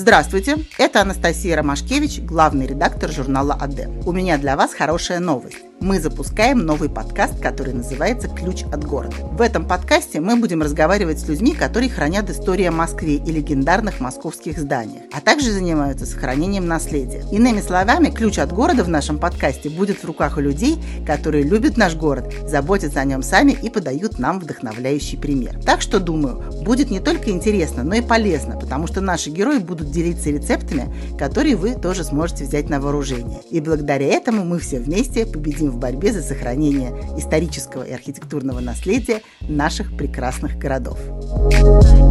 Здравствуйте, это Анастасия Ромашкевич, главный редактор журнала АД. У меня для вас хорошая новость. Мы запускаем новый подкаст, который называется «Ключ от города». В этом подкасте мы будем разговаривать с людьми, которые хранят историю о Москве и легендарных московских зданиях, а также занимаются сохранением наследия. Иными словами, ключ от города в нашем подкасте будет в руках у людей, которые любят наш город, заботятся о нем сами и подают нам вдохновляющий пример. Так что, думаю, будет не только интересно, но и полезно, потому что наши герои будут делиться рецептами, которые вы тоже сможете взять на вооружение. И благодаря этому мы все вместе победим в борьбе за сохранение исторического и архитектурного наследия наших прекрасных городов.